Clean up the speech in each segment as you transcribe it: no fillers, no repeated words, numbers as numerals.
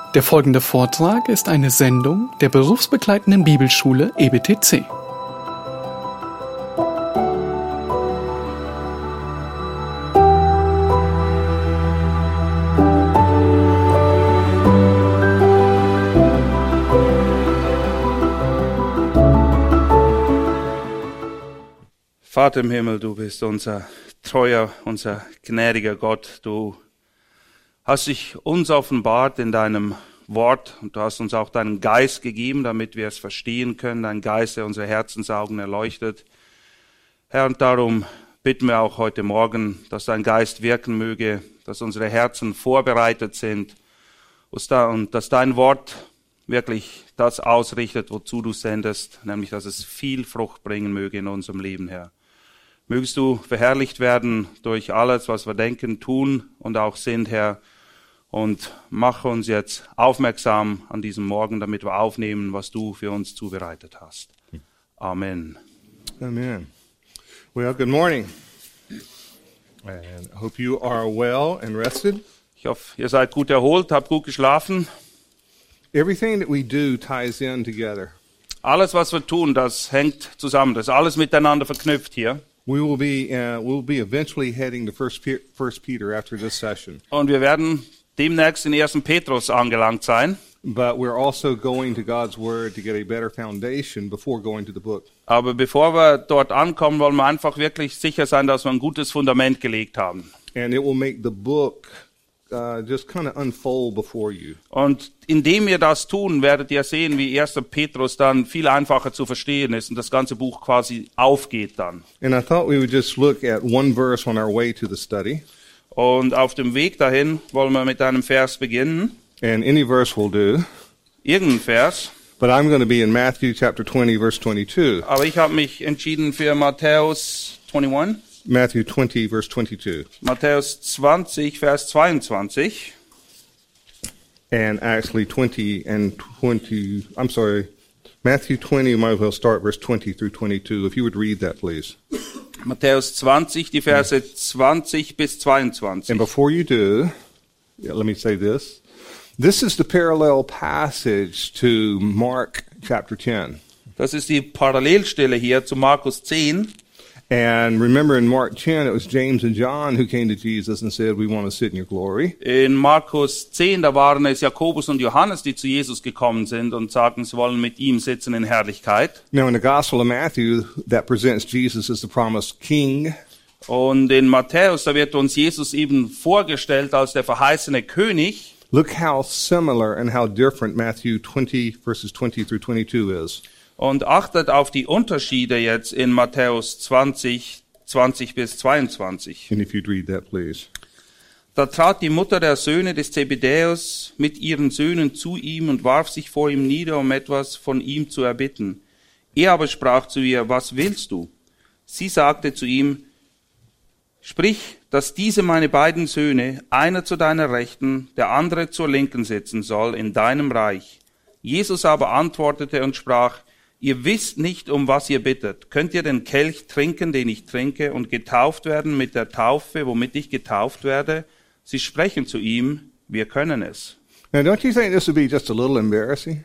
Der folgende Vortrag ist eine Sendung der berufsbegleitenden Bibelschule EBTC. Vater im Himmel, du bist unser treuer, unser gnädiger Gott. Du hast dich uns offenbart in deinem Wort und du hast uns auch deinen Geist gegeben, damit wir es verstehen können, dein Geist, der unsere Herzensaugen erleuchtet. Herr, und darum bitten wir auch heute Morgen, dass dein Geist wirken möge, dass unsere Herzen vorbereitet sind und dass dein Wort wirklich das ausrichtet, wozu du sendest, nämlich dass es viel Frucht bringen möge in unserem Leben, Herr. Mögest du verherrlicht werden durch alles, was wir denken, tun und auch sind, Herr. Und mache uns jetzt aufmerksam an diesem Morgen, damit wir aufnehmen, was du für uns zubereitet hast. Amen. Amen. Well, good morning. And I hope you are well and rested. Ich hoffe, ihr seid gut erholt, habt gut geschlafen. Everything that we do ties in together. Alles, was wir tun, das hängt zusammen. Das ist alles miteinander verknüpft hier. We'll be eventually heading to First Peter after this session. Und wir werden demnächst in 1. Petrus angelangt sein. But we're also going to God's Word to get a better foundation before going to the book. Aber bevor wir dort ankommen, wollen wir einfach wirklich sicher sein, dass wir ein gutes Fundament gelegt haben. And it will make the book just kind of unfold before you. Und indem wir das tun, werdet ihr sehen, wie 1. Petrus dann viel einfacher zu verstehen ist und das ganze Buch quasi aufgeht dann. And I thought we would just look at one verse on our way to the study. Und auf dem Weg dahin wollen wir mit einem Vers beginnen. And any verse will do. Irgendein Vers. But I'm going to be in Matthew chapter 20, verse 22. Aber ich habe mich entschieden für Matthäus 21. Matthew 20, verse 22. Matthäus 20, Vers 22. And actually Matthew 20, might as well start verse 20 through 22. If you would read that, please. Matthäus 20, die Verse 20 bis 22. And before you do, let me say this. This is the parallel passage to Mark chapter 10. Das ist die Parallelstelle hier zu Markus 10. And remember in Mark 10, it was James and John who came to Jesus and said, we want to sit in your glory. In Markus 10, da waren es Jakobus und Johannes, die zu Jesus gekommen sind und sagten, sie wollen mit ihm sitzen in Herrlichkeit. Now in the Gospel of Matthew, that presents Jesus as the promised king. Und in Matthäus, da wird uns Jesus eben vorgestellt als der verheißene König. Look how similar and how different Matthew 20, verses 20 through 22 is. Und achtet auf die Unterschiede jetzt in Matthäus 20, 20 bis 22. And if you'd read that, please. Da trat die Mutter der Söhne des Zebedäus mit ihren Söhnen zu ihm und warf sich vor ihm nieder, um etwas von ihm zu erbitten. Er aber sprach zu ihr, was willst du? Sie sagte zu ihm, sprich, dass diese meine beiden Söhne, einer zu deiner Rechten, der andere zur Linken sitzen soll in deinem Reich. Jesus aber antwortete und sprach, ihr wisst nicht, um was ihr bittet. Könnt ihr den Kelch trinken, den ich trinke, und getauft werden mit der Taufe, womit ich getauft werde? Sie sprechen zu ihm, wir können es. Now, don't you think this would be just a little embarrassing?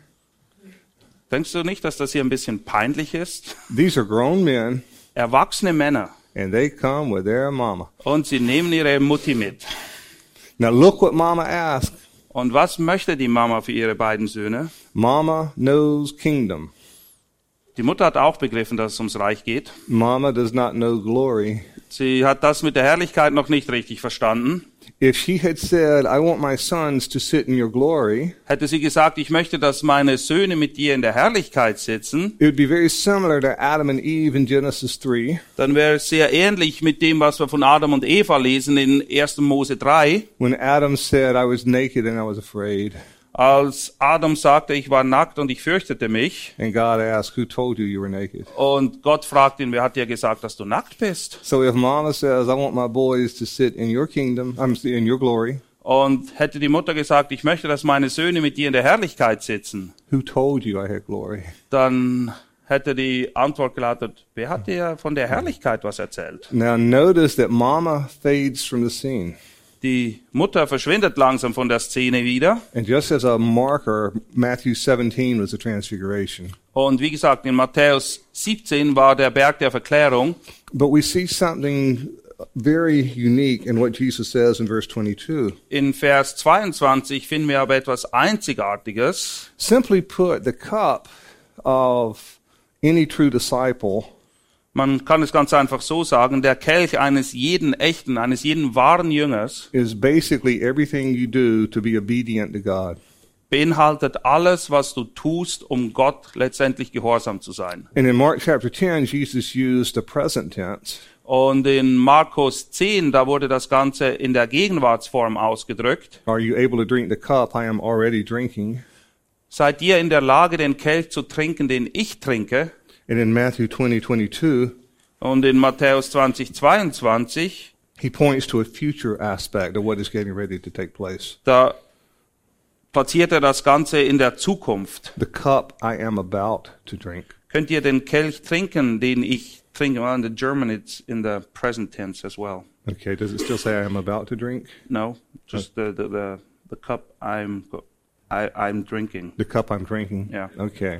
Denkst du nicht, dass das hier ein bisschen peinlich ist? These are grown men, Erwachsene Männer. and they come with their mama. Und sie nehmen ihre Mutti mit. Now, look what mama asked. Und was möchte die Mama für ihre beiden Söhne? Mama knows kingdom. Die Mutter hat auch begriffen, dass es ums Reich geht. Mama does not know glory. Sie hat das mit der Herrlichkeit noch nicht richtig verstanden. If she had said, I want my sons to sit in your glory, Hätte sie gesagt, ich möchte, dass meine Söhne mit dir in der Herrlichkeit sitzen, it would be very similar to Adam and Eve in Genesis 3, dann wäre es sehr ähnlich mit dem, was wir von Adam und Eva lesen in 1. Mose 3, when Adam said, I was naked and I was afraid. als Adam sagte, ich war nackt und ich fürchtete mich. And God asked, who told you you were naked? Und Gott fragt ihn, wer hat dir gesagt, dass du nackt bist? So if mama says, I want my boys to sit in your kingdom, in your glory, Und hätte die Mutter gesagt, ich möchte, dass meine Söhne mit dir in der Herrlichkeit sitzen, who told you I had glory? dann hätte die Antwort gelautet, wer hat dir von der Herrlichkeit was erzählt? Now notice that mama fades from the scene. Die Mutter verschwindet langsam von der Szene wieder. And just as a marker, Matthew 17 was the transfiguration. Und wie gesagt, in Matthäus 17 war der Berg der Verklärung. But we see something very unique in what Jesus says in verse 22. In Vers 22 finden wir aber etwas Einzigartiges. Simply put, the cup of any true disciple Man kann es ganz einfach so sagen, der Kelch eines jeden echten, eines jeden wahren Jüngers is basically everything you do to be obedient to God. beinhaltet alles, was du tust, um Gott letztendlich gehorsam zu sein. And in Mark chapter 10, Jesus used the present tense. Und in Markus 10, da wurde das Ganze in der Gegenwartsform ausgedrückt. Are you able to drink the cup I am already drinking? Seid ihr in der Lage, den Kelch zu trinken, den ich trinke? And in Matthew 20:22, Und in Matthäus 20:22, he points to a future aspect of what is getting ready to take place. da platziert er das Ganze in der Zukunft. The cup I am about to drink. Könnt ihr den Kelch trinken, den ich trinke? Well, in the German it's in the present tense as well. Okay, does it still say I am about to drink? No, just the cup I'm drinking. The cup I'm drinking? Yeah. Okay.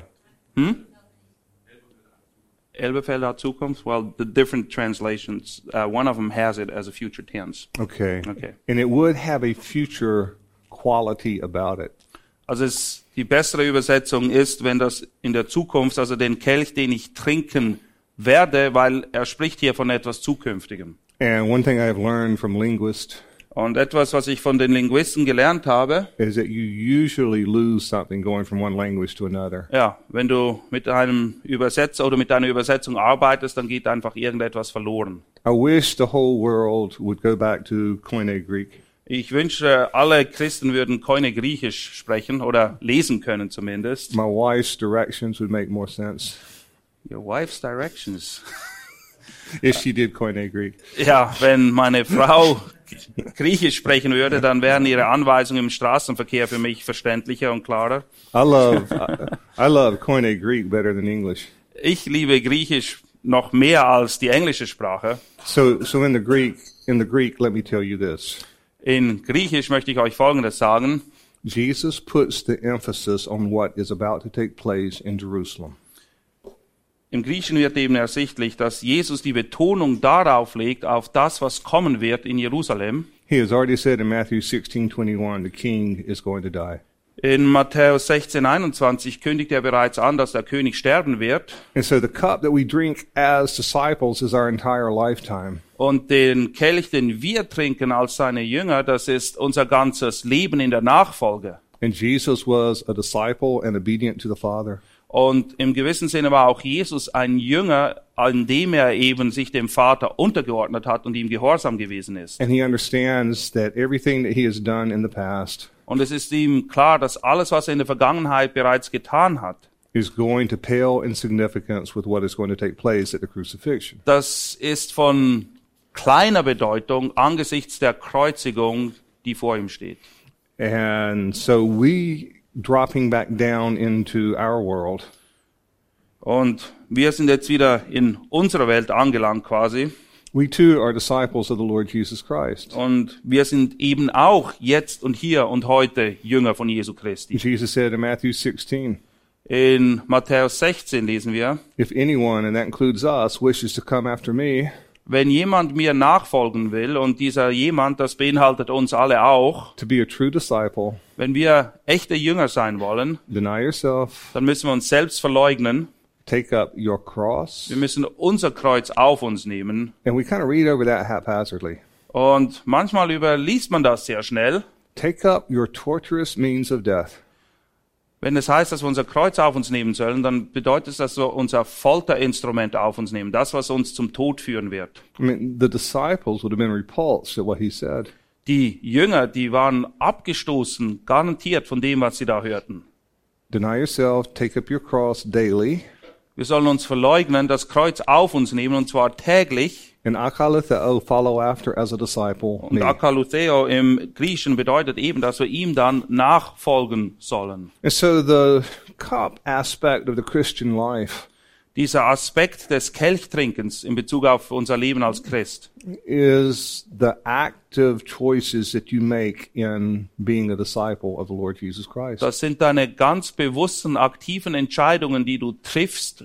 Elberfelder Zukunft. Well, the different translations. One of them has it as a future tense. Okay. Okay. And it would have a future quality about it. Also die bessere Übersetzung ist, wenn das in der Zukunft, also den Kelch, den ich trinken werde, weil er spricht hier von etwas Zukünftigem. And one thing I have learned from linguists Und etwas, was ich von den Linguisten gelernt habe, is that you usually lose something going from one language to another. ja, wenn du mit einem Übersetzer oder mit einer Übersetzung arbeitest, dann geht einfach irgendetwas verloren. I wish the whole world would go back to Koine Greek. Ich wünsche, alle Christen würden Koine Griechisch sprechen oder lesen können zumindest. My wife's directions would make more sense Your wife's directions. if she did Koine Greek. Ja, wenn meine Frau Griechisch sprechen würde, dann wären ihre Anweisungen im Straßenverkehr für mich verständlicher und klarer. I love Koine Greek better than English. Ich liebe Griechisch noch mehr als die englische Sprache. So in the Greek, let me tell you this. In Griechisch möchte ich euch Folgendes sagen. Jesus puts the emphasis on what is about to take place in Jerusalem. Im Griechischen wird eben ersichtlich, dass Jesus die Betonung darauf legt, auf das, was kommen wird in Jerusalem. He has already said in Matthew 16:21, the king is going to die. In Matthäus 16:21 kündigt er bereits an, dass der König sterben wird. And so the cup that we drink as disciples is our entire lifetime. Und den Kelch, den wir trinken als seine Jünger, das ist unser ganzes Leben in der Nachfolge. And Jesus was a disciple and obedient to the Father. Und im gewissen Sinne war auch Jesus ein Jünger, an dem er eben sich dem Vater untergeordnet hat und ihm gehorsam gewesen ist. And he understands that everything that he has done in the past Und es ist ihm klar, dass alles, was er in der Vergangenheit bereits getan hat, is going to pale in significance with what is going to take place at the crucifixion. das ist von kleiner Bedeutung angesichts der Kreuzigung, die vor ihm steht. And so we dropping back down into our world. Und wir sind jetzt wieder in unserer Welt angelangt quasi. We too are disciples of the Lord Jesus Christ. Und wir sind eben auch jetzt und hier und heute Jünger von Jesu Christi. Jesus said in Matthew 16, In Matthäus 16 lesen wir, if anyone, and that includes us, wishes to come after me, wenn jemand mir nachfolgen will, und dieser jemand, das beinhaltet uns alle auch, to be a true disciple, wenn wir echte Jünger sein wollen, deny yourself, dann müssen wir uns selbst verleugnen. take up your cross. Wir müssen unser Kreuz auf uns nehmen. And we kind of read over that haphazardly. Und manchmal überliest man das sehr schnell. Take up your torturous means of death. Wenn es heißt, dass wir unser Kreuz auf uns nehmen sollen, dann bedeutet es, dass wir unser Folterinstrument auf uns nehmen. Das, was uns zum Tod führen wird. I mean, the disciples would have been repulsed at what he said. Die Jünger, die waren abgestoßen, garantiert von dem, was sie da hörten. Deny yourself, take up your cross daily. Wir sollen uns verleugnen, das Kreuz auf uns nehmen, und zwar täglich. And akalitheo, follow after as a disciple. Und me. akalutheo im Griechischen bedeutet eben, dass wir ihm dann nachfolgen sollen. And so the cup aspect of the Christian life Dieser Aspekt des Kelchtrinkens in Bezug auf unser Leben als Christ is the active choices that you make in being a disciple of the Lord Jesus Christ. Das sind deine ganz bewussten, aktiven Entscheidungen, die du triffst,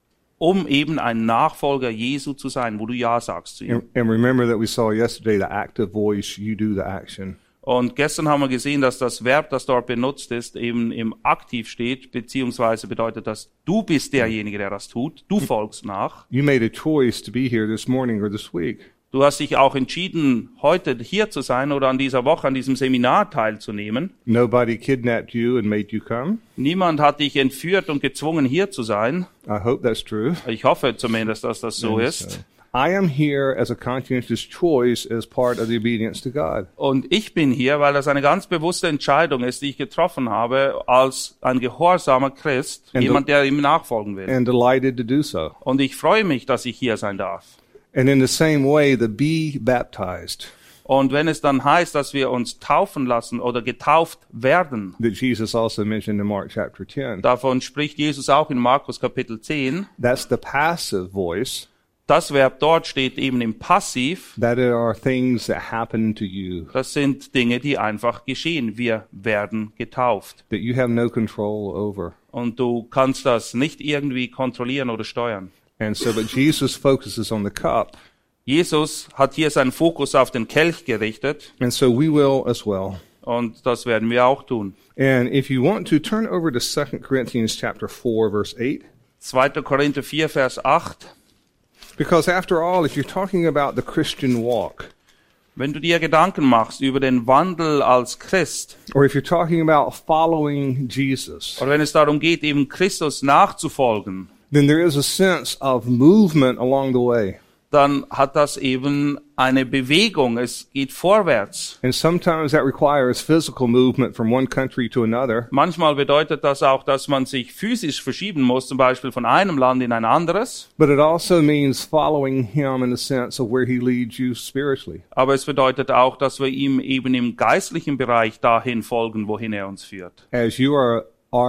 um eben ein Nachfolger Jesu zu sein, wo du Ja sagst zu ihm. And remember that we saw yesterday the active voice, you do the action. Und gestern haben wir gesehen, dass das Verb, das dort benutzt ist, eben im Aktiv steht, beziehungsweise bedeutet das, du bist derjenige, der das tut, du folgst nach. You made a choice to be here this morning or this week. Du hast dich auch entschieden, heute hier zu sein oder an dieser Woche, an diesem Seminar teilzunehmen. Nobody kidnapped you and made you come. Niemand hat dich entführt und gezwungen, hier zu sein. I hope that's true. Ich hoffe zumindest, dass das so ist. I am here as a conscientious choice as part of the obedience to God. Und ich bin hier, weil das eine ganz bewusste Entscheidung ist, die ich getroffen habe, als ein gehorsamer Christ, jemand, der ihm nachfolgen will. And delighted to do so. Und ich freue mich, dass ich hier sein darf. And in the same way, the be baptized Und wenn es dann heißt, dass wir uns taufen lassen oder getauft werden, that Jesus also mentioned in Mark chapter 10, davon spricht Jesus auch in Markus Kapitel 10, that's the passive voice. das Verb dort steht eben im Passiv. That are things that happen to you Das sind Dinge, die einfach geschehen. Wir werden getauft. that you have no control over. Und du kannst das nicht irgendwie kontrollieren oder steuern. And so, but Jesus focuses on the cup. Jesus hat hier seinen Fokus auf den Kelch gerichtet. And so we will as well. Und das werden wir auch tun. And if you want to turn over to 2 Corinthians chapter 4, verse 8. 2. Korinther 4, Vers 8. Because after all, if you're talking about the Christian walk, Wenn du dir Gedanken machst über den Wandel als Christ, or if you're talking about following Jesus, oder wenn es darum geht, eben Christus nachzufolgen, then there is a sense of movement along the way. dann hat das eben eine Bewegung. Es geht vorwärts. And sometimes that requires physical movement from one country to another. Manchmal bedeutet das auch, dass man sich physisch verschieben muss, zum Beispiel von einem Land in ein anderes. But it also means following him in the sense of where he leads you spiritually. Aber es bedeutet auch, dass wir ihm eben im geistlichen Bereich dahin folgen, wohin er uns führt. As you are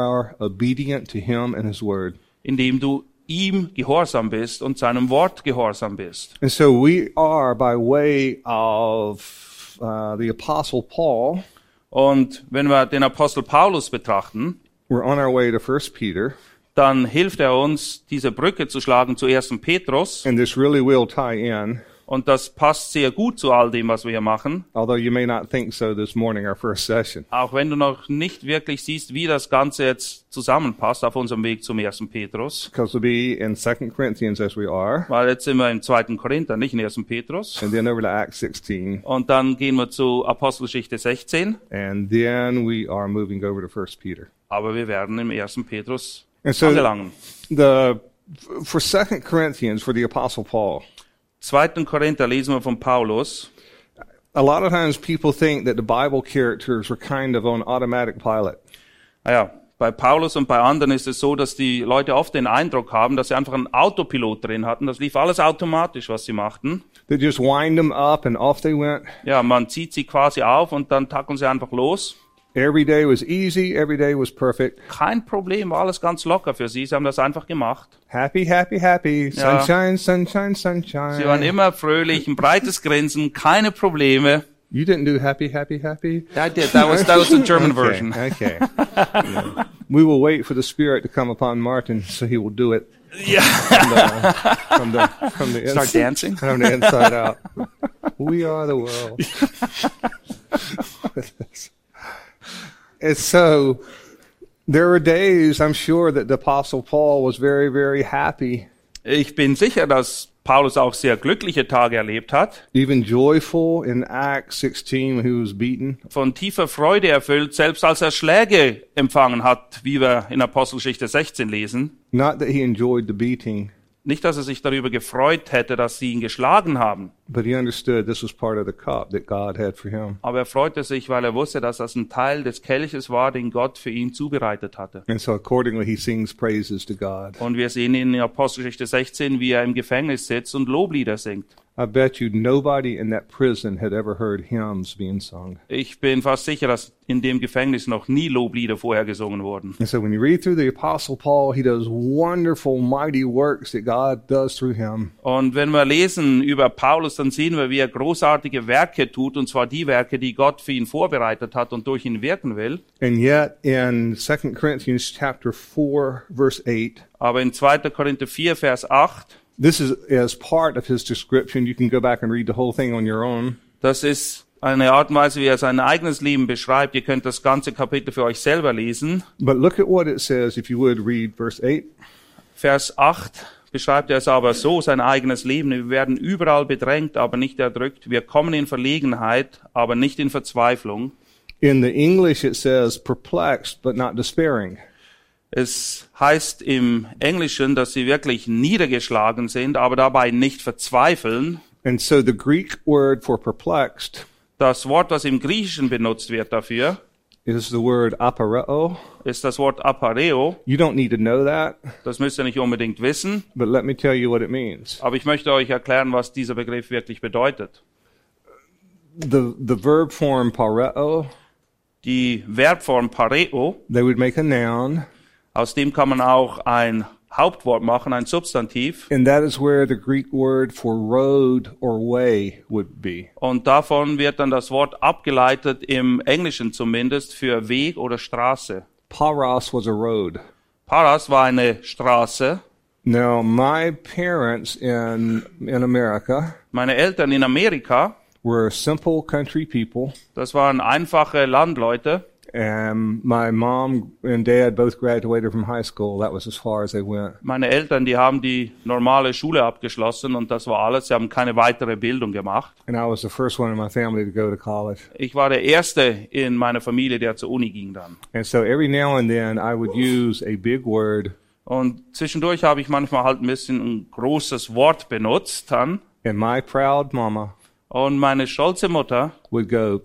obedient to him and his word. Indem du ihm gehorsam bist und seinem Wort gehorsam bist. And so we are, by way of the Apostle Paul, Und wenn wir den Apostel Paulus betrachten, we're on our way to 1 Peter, dann hilft er uns, diese Brücke zu schlagen zu 1. Petrus. and this really will tie in, Und das passt sehr gut zu all dem, was wir hier machen. although you may not think so this morning, our first session. Auch wenn du noch nicht wirklich siehst, wie das Ganze jetzt zusammenpasst auf unserem Weg zum 1. Petrus. Because we'll be in 2 Corinthians as we are, Weil jetzt sind wir im 2. Korinther, nicht in 1. Petrus. and then over to Acts 16, Und dann gehen wir zu Apostelgeschichte 16. and then we are moving over to 1 Peter. Aber wir werden im 1. Petrus And so angelangen. for 2 Corinthians, for the Apostle Paul, 2. Korinther lesen wir von Paulus. a lot of times people think that the Bible characters were kind of on automatic pilot. Naja, bei Paulus und bei anderen ist es so, dass die Leute oft den Eindruck haben, dass sie einfach einen Autopilot drin hatten. Das lief alles automatisch, was sie machten. They just wind them up and off they went. Ja, man zieht sie quasi auf und dann tacken sie einfach los. Every day was easy. Every day was perfect. Kein Problem, war alles ganz locker für sie. Sie haben das einfach gemacht. Happy, happy, happy. Ja. Sunshine, sunshine, sunshine. Sie waren immer fröhlich, ein breites Grinsen, keine Probleme. You didn't do happy, happy, happy? I did. That was the German version. Okay. Yeah. We will wait for the Spirit to come upon Martin, so he will do it Yeah. from the Start dancing. from the inside out. We are the world. And so there were days, I'm sure, that the Apostle Paul was very, very happy, Ich bin sicher, dass Paulus auch sehr glückliche Tage erlebt hat, even joyful in Acts 16 when he was beaten. von tiefer Freude erfüllt, selbst als er Schläge empfangen hat, wie wir in Apostelgeschichte 16 lesen. Not that he enjoyed the beating, Nicht, dass er sich darüber gefreut hätte, dass sie ihn geschlagen haben, but he understood this was part of the cup that God had for him. aber er freute sich, weil er wusste, dass das ein Teil des Kelches war, den Gott für ihn zubereitet hatte. And so accordingly he sings praises to God. Und wir sehen in Apostelgeschichte 16, wie er im Gefängnis sitzt und Loblieder singt. I bet you nobody in that prison had ever heard hymns being sung. Ich bin fast sicher, dass in dem Gefängnis noch nie Loblieder vorher gesungen wurden. And so when you read through the Apostle Paul, he does wonderful, mighty works that God does through him. Und wenn wir lesen über Paulus, dann sehen wir, wie er großartige Werke tut, und zwar die Werke, die Gott für ihn vorbereitet hat und durch ihn wirken will. And yet in 2 Corinthians chapter 4, verse 8, Aber in 2. Korinther 4, Vers 8, this is as part of his description. You can go back and read the whole thing on your own. das ist eine Art und Weise, wie er sein eigenes Leben beschreibt. Ihr könnt das ganze Kapitel für euch selber lesen. But look at what it says, if you would read verse 8. Vers 8 beschreibt er es aber so, sein eigenes Leben. Wir werden überall bedrängt, aber nicht erdrückt. Wir kommen in Verlegenheit, aber nicht in Verzweiflung. In the English it says perplexed but not despairing. Es heißt im Englischen, dass sie wirklich niedergeschlagen sind, aber dabei nicht verzweifeln. And so the Greek word for perplexed Das Wort, was im Griechischen benutzt wird dafür, is the word apareo. ist das Wort Apareo. You don't need to know that, Das müsst ihr nicht unbedingt wissen, but let me tell you what it means. aber ich möchte euch erklären, was dieser Begriff wirklich bedeutet. The verb form pareo, Die Verbform Pareo, they would make a noun, aus dem kann man auch ein Hauptwort machen, ein Substantiv. and that is where the Greek word for road or way would be. Und davon wird dann das Wort abgeleitet, im Englischen zumindest, für Weg oder Straße. Paros was a road. Paras war eine Straße. Now, my parents in America Meine Eltern in Amerika, were simple country people, das waren einfache Landleute. and my mom and dad both graduated from high school. That was as far as they went. Meine Eltern, die haben die normale Schule abgeschlossen und das war alles. Sie haben keine weitere Bildung gemacht. And I was the first one in my family to go to college. Ich war der Erste in meiner Familie, der zur Uni ging dann. And so every now and then I would use a big word, Und zwischendurch habe ich manchmal halt ein bisschen ein großes Wort benutzt dann. and my proud mama Und meine stolze Mutter would go,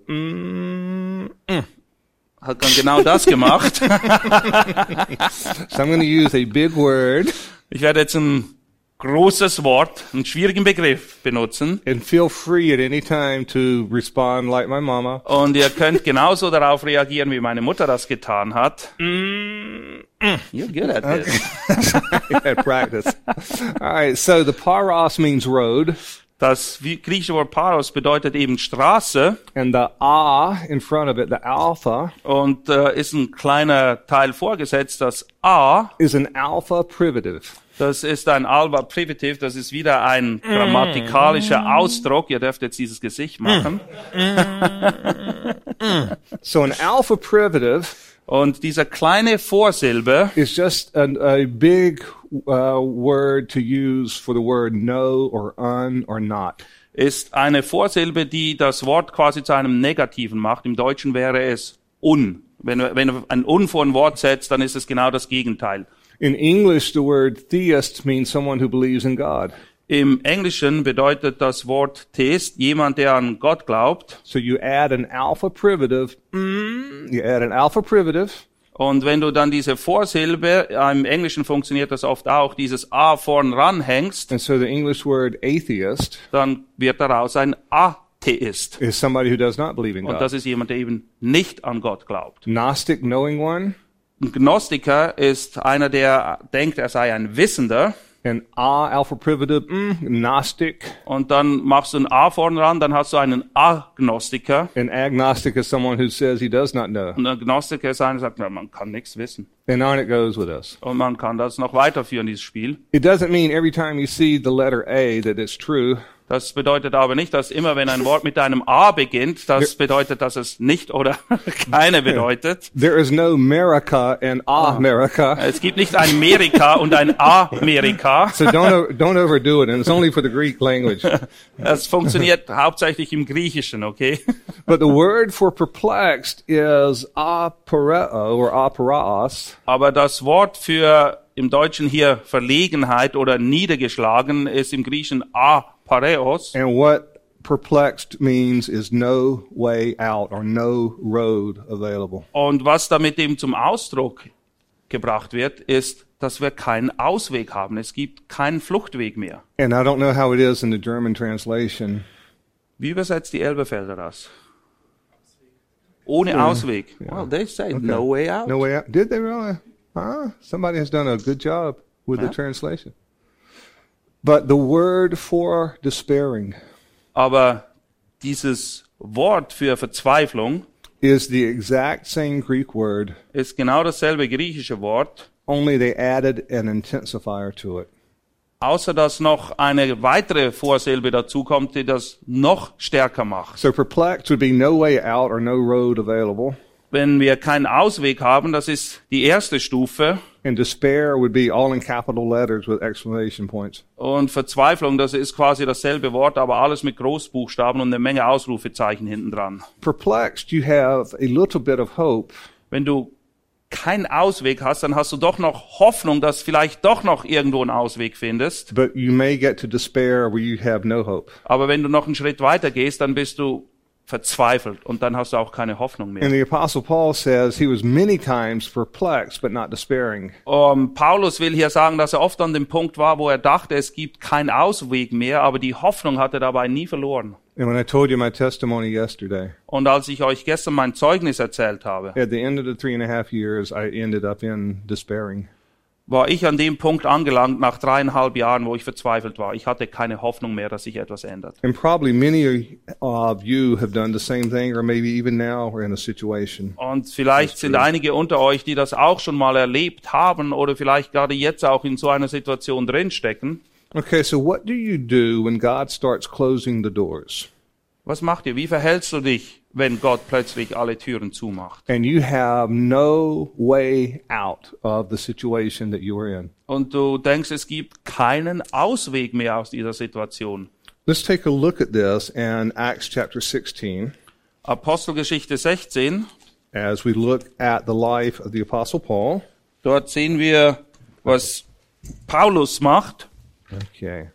hat dann genau das gemacht. So I'm going to use a big word, Ich werde jetzt ein großes Wort, einen schwierigen Begriff benutzen. and feel free at any time to respond like my mama. Und ihr könnt genauso darauf reagieren, wie meine Mutter das getan hat. You're good at this. At practice. All right, so the paros means road, Das griechische Wort Paros bedeutet eben Straße and the a in front of it, the alpha, und ist ein kleiner Teil vorgesetzt. Das A, is an alpha privative. das ist ein Alba Privativ, das ist wieder ein grammatikalischer Ausdruck. Ihr dürft jetzt dieses Gesicht machen. So an alpha privative Und dieser kleine Vorsilbe is just a big word to use for the word no or un or not. ist eine Vorsilbe, die das Wort quasi zu einem Negativen macht. Im Deutschen wäre es un. Wenn du ein un vor ein Wort setzt, dann ist es genau das Gegenteil. In English, the word theist means someone who believes in God. Im Englischen bedeutet das Wort Theist jemand, der an Gott glaubt. So you add an alpha privative, you add an alpha privative, Und wenn du dann diese Vorsilbe, im Englischen funktioniert das oft auch, dieses A vorn ranhängst, and so the English word atheist dann wird daraus ein Atheist. is somebody who does not believe in Und God. das ist jemand, der eben nicht an Gott glaubt. Gnostic, knowing one, Ein Gnostiker ist einer, der denkt, er sei ein Wissender. and alpha privative, Gnostic, Und dann machst du ein A vorn ran, dann hast du einen Agnostiker. and agnostic is someone who says he does not know. Und ein Agnostiker ist einer, der sagt, na, man kann nichts wissen. And on it goes with us. Und man kann das noch weiterführen, dieses Spiel. It doesn't mean every time you see the letter A that it's true. Das bedeutet aber nicht, dass immer, wenn ein Wort mit einem A beginnt, das bedeutet, dass es nicht oder keine bedeutet. There is no America and America. Es gibt nicht ein Amerika und ein Amerika. So don't overdo it, and it's only for the Greek language. Das funktioniert hauptsächlich im Griechischen, okay? But the word for perplexed is aporeo or aparaos, Aber das Wort für im Deutschen hier Verlegenheit oder niedergeschlagen ist im Griechischen apareos. and what perplexed means is no way out or no road available. Und was damit eben zum Ausdruck gebracht wird, ist, dass wir keinen Ausweg haben. Es gibt keinen Fluchtweg mehr. And I don't know how it is in the German translation. Wie übersetzt die Elberfelder das? Ohne Ausweg. Well, they say no way out. No way out. Did they really? Somebody has done a good job with the Yeah. translation. But the word for despairing Aber dieses Wort für Verzweiflung is the exact same Greek word, ist genau dasselbe griechische Wort, only they added an intensifier to it. außer dass noch eine weitere Vorsilbe dazukommt, die das noch stärker macht. So perplexed would be no way out or no road available. Wenn wir keinen Ausweg haben, das ist die erste Stufe. And despair would be all in capital letters with exclamation points. Und Verzweiflung, das ist quasi dasselbe Wort, aber alles mit Großbuchstaben und eine Menge Ausrufezeichen hinten dran. Perplexed, you have a little bit of hope, Wenn du keinen Ausweg hast, dann hast du doch noch Hoffnung, dass vielleicht doch noch irgendwo einen Ausweg findest. but you may get to despair where you have no hope. Aber wenn du noch einen Schritt weiter gehst, dann bist du verzweifelt und dann hast du auch keine Hoffnung mehr. And the Apostle Paul says he was many times perplexed, but not despairing. Paulus will hier sagen, dass er oft an dem Punkt war, wo er dachte, es gibt keinen Ausweg mehr, aber die Hoffnung hat er dabei nie verloren. And when I told you my testimony yesterday, Und als ich euch gestern mein Zeugnis erzählt habe, at the end of the 3.5 years, I ended up in despairing. war ich an dem Punkt angelangt, nach 3,5 Jahren, wo ich verzweifelt war. Ich hatte keine Hoffnung mehr, dass sich etwas ändert. And probably many of you have done the same thing, or maybe even now we're in a situation. Und vielleicht sind einige unter euch, die das auch schon mal erlebt haben oder vielleicht gerade jetzt auch in so einer Situation drinstecken. Okay, so what do you do when God starts closing the doors? Was macht ihr? Wie verhältst du dich, wenn Gott plötzlich alle Türen zumacht? And you have no way out of the situation that you are in. Und du denkst, es gibt keinen Ausweg mehr aus dieser Situation. Let's take a look at this in Acts chapter 16 Apostelgeschichte 16, as we look at the life of the Apostle Paul. dort sehen wir, was Paulus macht. Okay.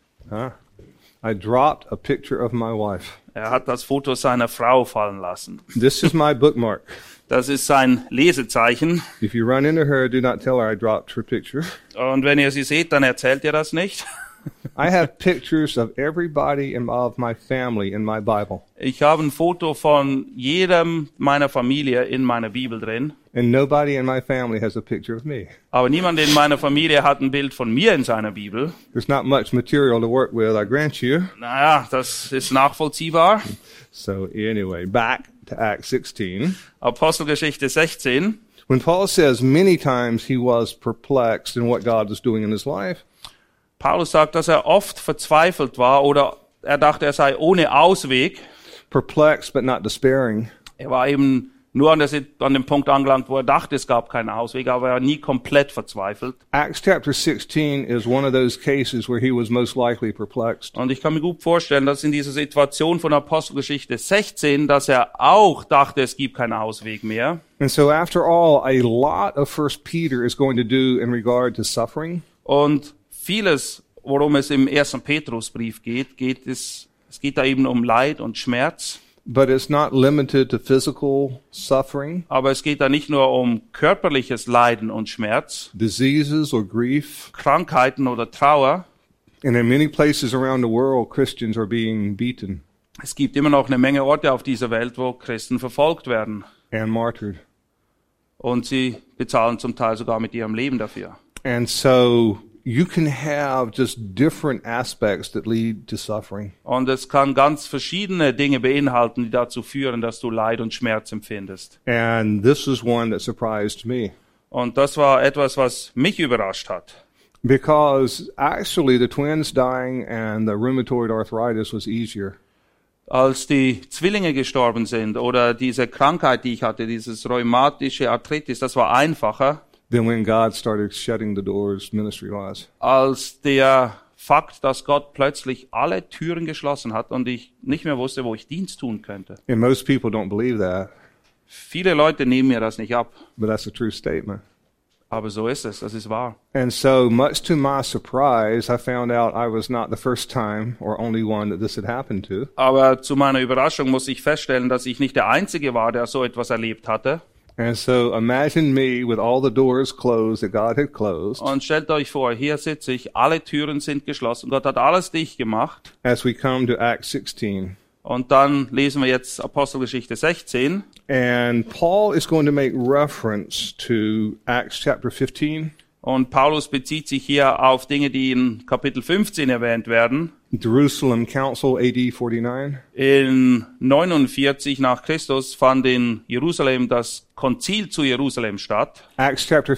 I dropped a picture of my wife. Er hat das Foto seiner Frau fallen lassen. This is my bookmark. Das ist sein Lesezeichen. If you run into her, do not tell her I dropped her picture. Und wenn ihr sie seht, dann erzählt ihr das nicht. I have pictures of everybody of my family in my Bible. Ich habe ein Foto von jedem meiner Familie in meiner Bibel drin. And nobody in my family has a picture of me. Aber niemand in meiner Familie hat ein Bild von mir in seiner Bibel. There's not much material to work with, I grant you. Naja, das ist nachvollziehbar. So anyway, back to Acts 16. Apostelgeschichte 16. When Paul says many times he was perplexed in what God was doing in his life, Paulus sagt, dass er oft verzweifelt war oder er dachte, er sei ohne Ausweg. perplexed but not despairing, Er war eben nur an dem Punkt angelangt, wo er dachte, es gab keinen Ausweg, aber er war nie komplett verzweifelt. Acts chapter 16 is one of those cases where he was most likely perplexed. Und ich kann mir gut vorstellen, dass in dieser Situation von Apostelgeschichte 16, dass er auch dachte, es gibt keinen Ausweg mehr. And so after all, a lot of 1 Peter is going to do in regard to suffering. Und vieles, worum es im 1. Petrusbrief es geht da eben um Leid und Schmerz. But it's not limited to physical suffering, Aber es geht da nicht nur um körperliches Leiden und Schmerz, diseases or grief. Krankheiten oder Trauer. And in many places around the world, Christians are being beaten Es gibt immer noch eine Menge Orte auf dieser Welt, wo Christen verfolgt werden. and martyred. Und sie bezahlen zum Teil sogar mit ihrem Leben dafür. And so you can have just different aspects that lead to suffering. Und es kann ganz verschiedene Dinge beinhalten, die dazu führen, dass du Leid und Schmerz empfindest. And this is one that surprised me. Und das war etwas, was mich überrascht hat. Because actually the twins dying and the rheumatoid arthritis was easier. Als die Zwillinge gestorben sind oder diese Krankheit, die ich hatte, dieses rheumatische Arthritis, das war einfacher Than when God started shutting the doors ministry-wise. als der Fakt, dass Gott plötzlich alle Türen geschlossen hat und ich nicht mehr wusste, wo ich Dienst tun könnte. And most people don't believe that, Viele Leute nehmen mir das nicht ab, but that's a true statement. aber so ist es, das ist wahr. And so, much to my surprise, I found out I was not the first time or only one that this had happened to. Aber zu meiner Überraschung muss ich feststellen, dass ich nicht der Einzige war, der so etwas erlebt hatte. And so imagine me with all the doors closed that God had closed Und stellt euch vor, hier sitze ich, alle Türen sind geschlossen, Gott hat alles dicht gemacht. as we come to Acts 16. Und dann lesen wir jetzt Apostelgeschichte 16. And Paul is going to make reference to Acts chapter 15, Und Paulus bezieht sich hier auf Dinge, die in Kapitel 15 erwähnt werden. Jerusalem Council AD 49. In 49 nach Christus fand in Jerusalem das Konzil zu Jerusalem statt. Acts chapter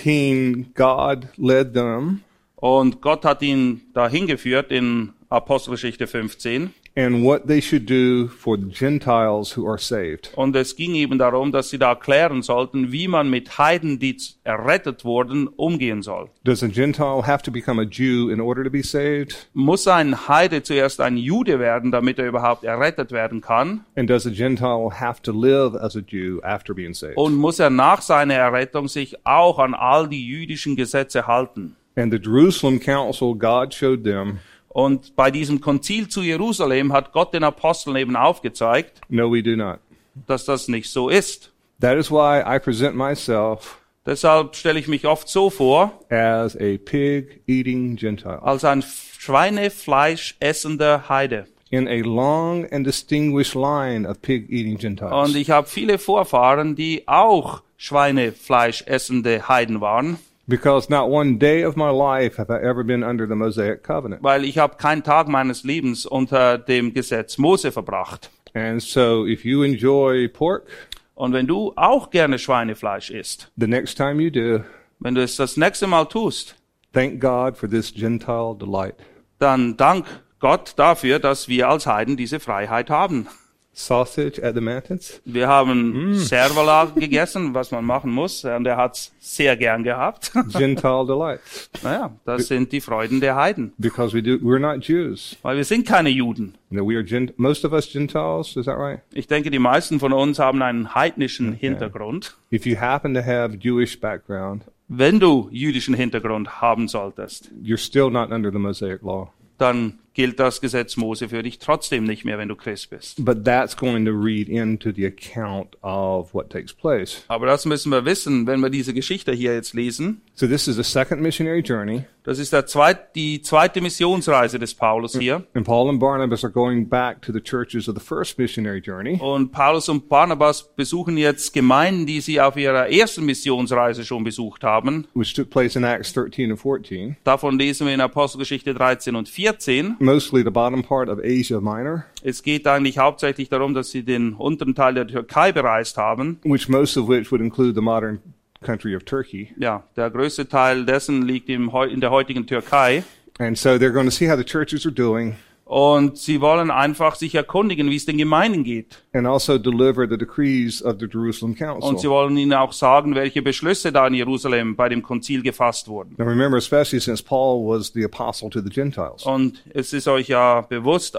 15, God led them, Und Gott hat ihn dahin geführt in Apostelgeschichte 15. and what they should do for the Gentiles who are saved. Und es ging eben darum, dass sie da erklären sollten, wie man mit Heiden, die errettet wurden, umgehen soll. Does a Gentile have to become a Jew in order to be saved? Muss ein Heide zuerst ein Jude werden, damit er überhaupt errettet werden kann? And does a Gentile have to live as a Jew after being saved? Und muss er nach seiner Errettung sich auch an all die jüdischen Gesetze halten? And the Jerusalem Council, God showed them, Und bei diesem Konzil zu Jerusalem hat Gott den Aposteln eben aufgezeigt, no, we do not. dass das nicht so ist. That is why I present myself Deshalb stelle ich mich oft so vor, as a pig-eating Gentile als ein Schweinefleisch essender Heide. in a long and distinguished line of pig-eating Gentiles. Und ich habe viele Vorfahren, die auch Schweinefleisch essende Heiden waren, Because not one day of my life have I ever been under the Mosaic covenant. weil ich habe keinen Tag meines Lebens unter dem Gesetz Mose verbracht. And so if you enjoy pork, Und wenn du auch gerne Schweinefleisch isst, the next time you do, wenn du es das nächste Mal tust, thank God for this Gentile delight. dann dank Gott dafür, dass wir als Heiden diese Freiheit haben. Sausage at the mountains. Wir haben Servola gegessen, was man machen muss, und er hat's sehr gern gehabt. Gentile delight. Naja, das sind die Freuden der Heiden, Because we're not Jews. weil wir sind keine Juden. No, we are most of us Gentiles, is that right? Ich denke, die meisten von uns haben einen heidnischen Hintergrund. If you happen to have Jewish background, Wenn du jüdischen Hintergrund haben solltest, you're still not under the Mosaic law. dann gilt das Gesetz Mose für dich trotzdem nicht mehr, wenn du Christ bist. But that's going to read into the account of what takes place. Aber das müssen wir wissen, wenn wir diese Geschichte hier jetzt lesen. So this is the second missionary journey, Das ist die zweite Missionsreise des Paulus hier. and Paul and Barnabas are going back to the churches of the first missionary journey. Und Paulus und Barnabas besuchen jetzt Gemeinden, die sie auf ihrer ersten Missionsreise schon besucht haben. Which took place in Acts 13 and 14, Davon lesen wir in Apostelgeschichte 13 und 14. mostly the bottom part of Asia Minor, Es geht eigentlich hauptsächlich darum, dass sie den unteren Teil der Türkei bereist haben. which most of which would include the modern country of Turkey. Ja, der größte Teil dessen liegt in der heutigen Türkei. And so they're going to see how the churches are doing Und sie wollen einfach sich erkundigen, wie es den Gemeinden geht. and also deliver the decrees of the Jerusalem Und sie Council. wollen ihnen auch sagen, welche Beschlüsse da in Jerusalem bei dem Konzil gefasst wurden. Now remember, especially since Paul was the apostle to the Gentiles. Und es ist euch ja bewusst,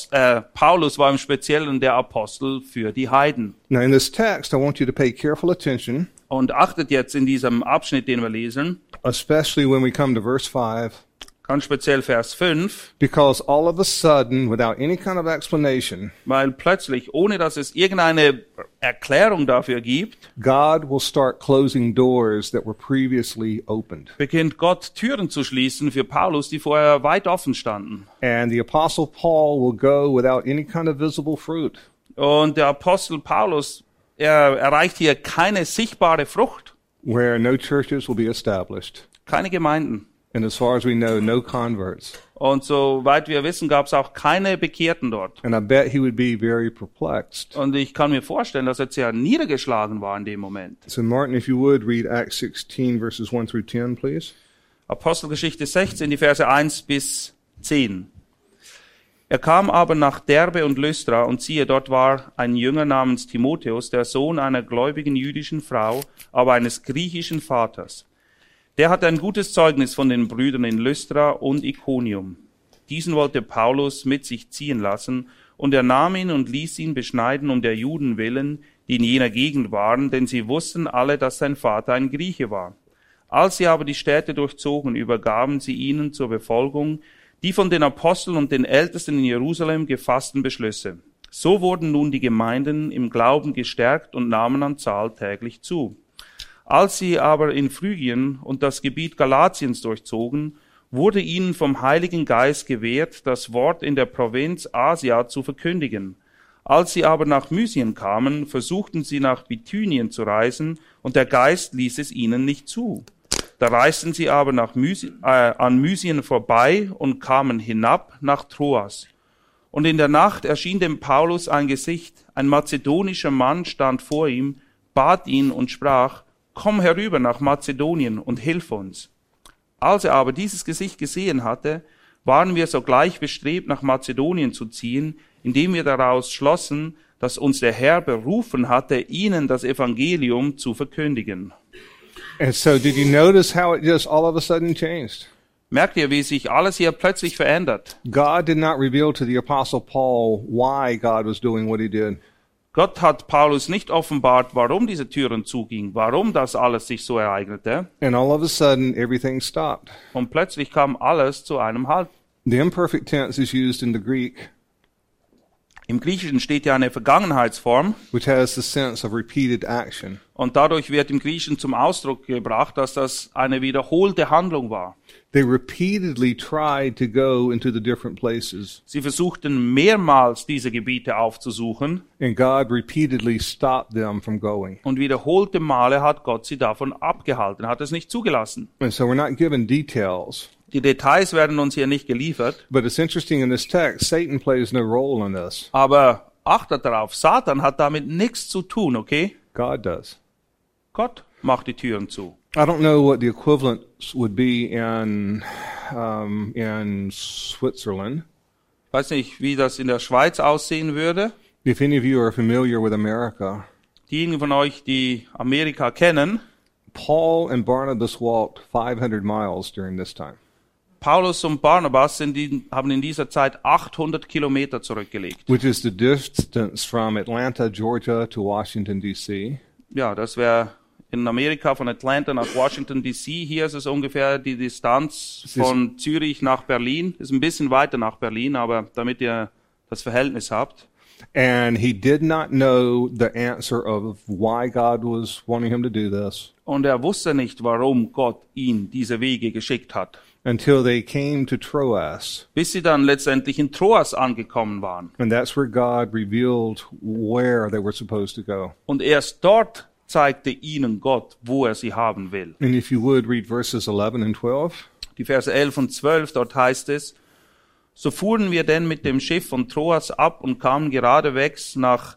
Paulus war im Speziellen der Apostel für die Heiden. Now in this text, I want you to pay careful attention, Und achtet jetzt in diesem Abschnitt, den wir lesen, especially when we come to verse 5, ganz speziell Vers 5, because all of a sudden, without any kind of explanation, weil plötzlich, ohne dass es irgendeine Erklärung dafür gibt, God will start closing doors that were previously opened. beginnt Gott Türen zu schließen für Paulus, die vorher weit offen standen. And the apostle Paul will go without any kind of visible fruit. Und der Apostel Paulus, er erreicht hier keine sichtbare Frucht, Where no churches will be established. keine Gemeinden. And as far as we know, no converts. Und soweit wir wissen, gab es auch keine Bekehrten dort. And I bet he would be very perplexed. Und ich kann mir vorstellen, dass er sehr niedergeschlagen war in dem Moment. So Martin, if you would, read Acts 16, verses 1 through 10, please. Apostelgeschichte 16, die Verse 1 bis 10. Er kam aber nach Derbe und Lystra, und siehe, dort war ein Jünger namens Timotheus, der Sohn einer gläubigen jüdischen Frau, aber eines griechischen Vaters. Der hatte ein gutes Zeugnis von den Brüdern in Lystra und Iconium. Diesen wollte Paulus mit sich ziehen lassen, und er nahm ihn und ließ ihn beschneiden um der Juden willen, die in jener Gegend waren, denn sie wussten alle, dass sein Vater ein Grieche war. Als sie aber die Städte durchzogen, übergaben sie ihnen zur Befolgung die von den Aposteln und den Ältesten in Jerusalem gefassten Beschlüsse. So wurden nun die Gemeinden im Glauben gestärkt und nahmen an Zahl täglich zu. Als sie aber in Phrygien und das Gebiet Galatiens durchzogen, wurde ihnen vom Heiligen Geist gewährt, das Wort in der Provinz Asia zu verkündigen. Als sie aber nach Mysien kamen, versuchten sie nach Bithynien zu reisen, und der Geist ließ es ihnen nicht zu. Da reisten sie aber an Mysien vorbei und kamen hinab nach Troas. Und in der Nacht erschien dem Paulus ein Gesicht. Ein mazedonischer Mann stand vor ihm, bat ihn und sprach: Komm herüber nach Mazedonien und hilf uns. Als er aber dieses Gesicht gesehen hatte, waren wir sogleich bestrebt, nach Mazedonien zu ziehen, indem wir daraus schlossen, dass uns der Herr berufen hatte, ihnen das Evangelium zu verkündigen. And so did you notice how it just all of a sudden changed? Merkt ihr, wie sich alles hier plötzlich verändert? God did not reveal to the Apostle Paul why God was doing what he did. Gott hat Paulus nicht offenbart, warum diese Türen zugingen, warum das alles sich so ereignete. And all of a sudden, everything stopped. Und plötzlich kam alles zu einem Halt. The imperfect tense is used in the Greek, Im Griechischen steht ja eine Vergangenheitsform, which has the sense of repeated action. und dadurch wird im Griechischen zum Ausdruck gebracht, dass das eine wiederholte Handlung war. They repeatedly tried to go into the different places, Sie versuchten mehrmals diese Gebiete aufzusuchen, and God repeatedly stopped them from going. und wiederholte Male hat Gott sie davon abgehalten, hat es nicht zugelassen. And so we're not given details, Die Details werden uns hier nicht geliefert, but it's interesting in this text, Satan plays no role in this. aber achtet darauf, Satan hat damit nichts zu tun, okay? God does. Gott macht die Türen zu. I don't know what the equivalents would be in Switzerland. Ich weiß nicht, wie das in der Schweiz aussehen würde. If any of you are familiar with America, Diejenigen von euch, die Amerika kennen, Paul and Barnabas walked 500 miles during this time. Paulus und Barnabas haben in dieser Zeit 800 Kilometer zurückgelegt. Which is the distance from Atlanta, Georgia to Washington, D.C. Ja, das wäre in Amerika von Atlanta nach Washington D.C. Hier ist es ungefähr die Distanz von Zürich nach Berlin. Ist ein bisschen weiter nach Berlin, aber damit ihr das Verhältnis habt. And he did not know the answer of why God was wanting him to do this Und er wusste nicht, warum Gott ihn diese Wege geschickt hat, until they came to Troas. bis sie dann letztendlich in Troas angekommen waren. And that's where God revealed where they were supposed to go. Und erst dort zeigte ihnen Gott, wo er sie haben will. And if you would read verses 11 and 12. Die Verse 11 und 12, dort heißt es: So fuhren wir denn mit dem Schiff von Troas ab und kamen geradewegs nach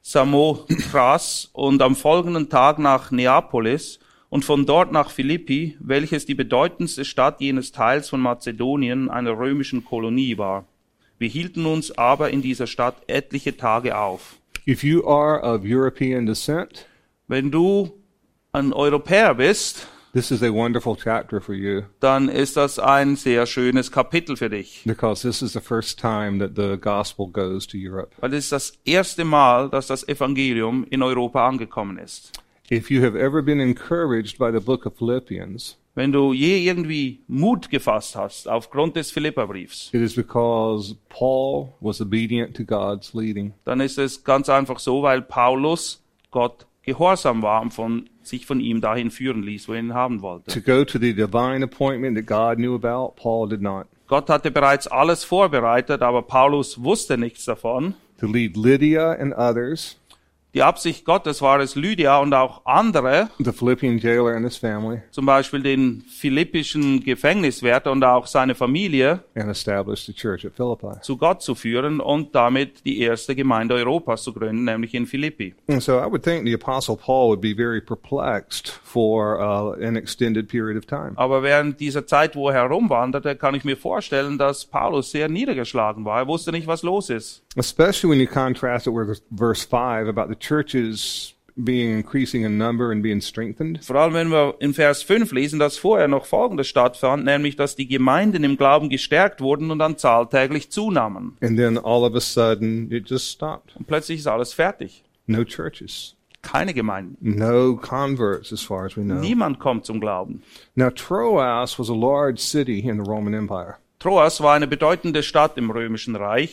Samothras und am folgenden Tag nach Neapolis und von dort nach Philippi, welches die bedeutendste Stadt jenes Teils von Mazedonien, einer römischen Kolonie war. Wir hielten uns aber in dieser Stadt etliche Tage auf. If you are of European descent, Wenn du ein Europäer bist, this is a wonderful chapter for you, dann ist das ein sehr schönes Kapitel für dich. because this is the first time that the gospel goes to Europe. Weil es ist das erste Mal, dass das Evangelium in Europa angekommen ist. If you have ever been encouraged by the book of Philippians, Wenn du je irgendwie Mut gefasst hast aufgrund des Philipperbriefs, it is because Paul was obedient to God's leading. dann ist es ganz einfach so, weil Paulus Gott gehorsam war und sich von ihm dahin führen ließ, wo er ihn haben wollte. To go to the divine appointment that God knew about, Paul did not. Gott hatte bereits alles vorbereitet, aber Paulus wusste nichts davon. To lead Lydia and others, Die Absicht Gottes war es, Lydia und auch andere, the Philippian jailer and his family, zum Beispiel den philippischen Gefängniswärter und auch seine Familie, and establish the church at Philippi. zu Gott zu führen und damit die erste Gemeinde Europas zu gründen, nämlich in Philippi. And so I would think the Apostle Paul would be very perplexed for an extended period of time. Aber während dieser Zeit, wo er herumwanderte, kann ich mir vorstellen, dass Paulus sehr niedergeschlagen war. Er wusste nicht, was los ist. Especially when you contrast it with verse 5 about the churches being increasing in number and being strengthened. Vor allem, wenn wir in Vers 5 lesen, dass vorher noch Folgendes stattfand, nämlich, dass die Gemeinden im Glauben gestärkt wurden und an Zahl täglich zunahmen. And then all of a sudden, it just stopped. Und plötzlich ist alles fertig. No churches. Keine Gemeinden. No converts as far as we know. Niemand kommt zum Glauben. Now, Troas was a large city in the Roman Empire. Troas war eine bedeutende Stadt im Römischen Reich.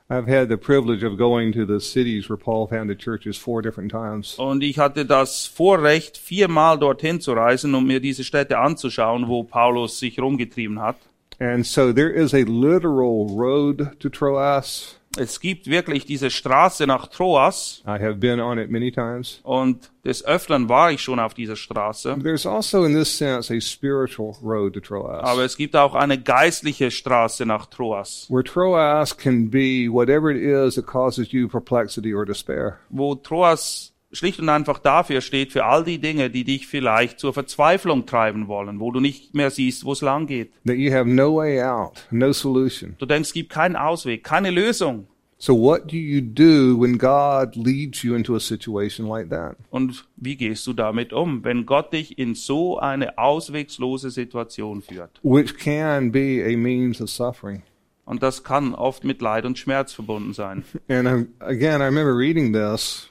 I've had the privilege of going to the cities where Paul founded churches 4 different times. Und ich hatte das Vorrecht, 4-mal dorthin zu reisen, um mir diese Städte anzuschauen, wo Paulus sich rumgetrieben hat. And so there is a literal road to Troas. Es gibt wirklich diese Straße nach Troas I have been on it many times. und des Öfteren war ich schon auf dieser Straße. There's also in this sense a spiritual road to Troas. Aber es gibt auch eine geistliche Straße nach Troas, Where Troas can be whatever it is that causes you perplexity or despair. wo Troas schlicht und einfach dafür steht, für all die Dinge, die dich vielleicht zur Verzweiflung treiben wollen, wo du nicht mehr siehst, wo es lang geht. That you have no way out, no solution. Du denkst, es gibt keinen Ausweg, keine Lösung. So what do you do when God leads you into a situation like that? Und wie gehst du damit um, wenn Gott dich in so eine auswegslose Situation führt? Which can be a means of suffering. Und das kann oft mit Leid und Schmerz verbunden sein. And again, I remember reading this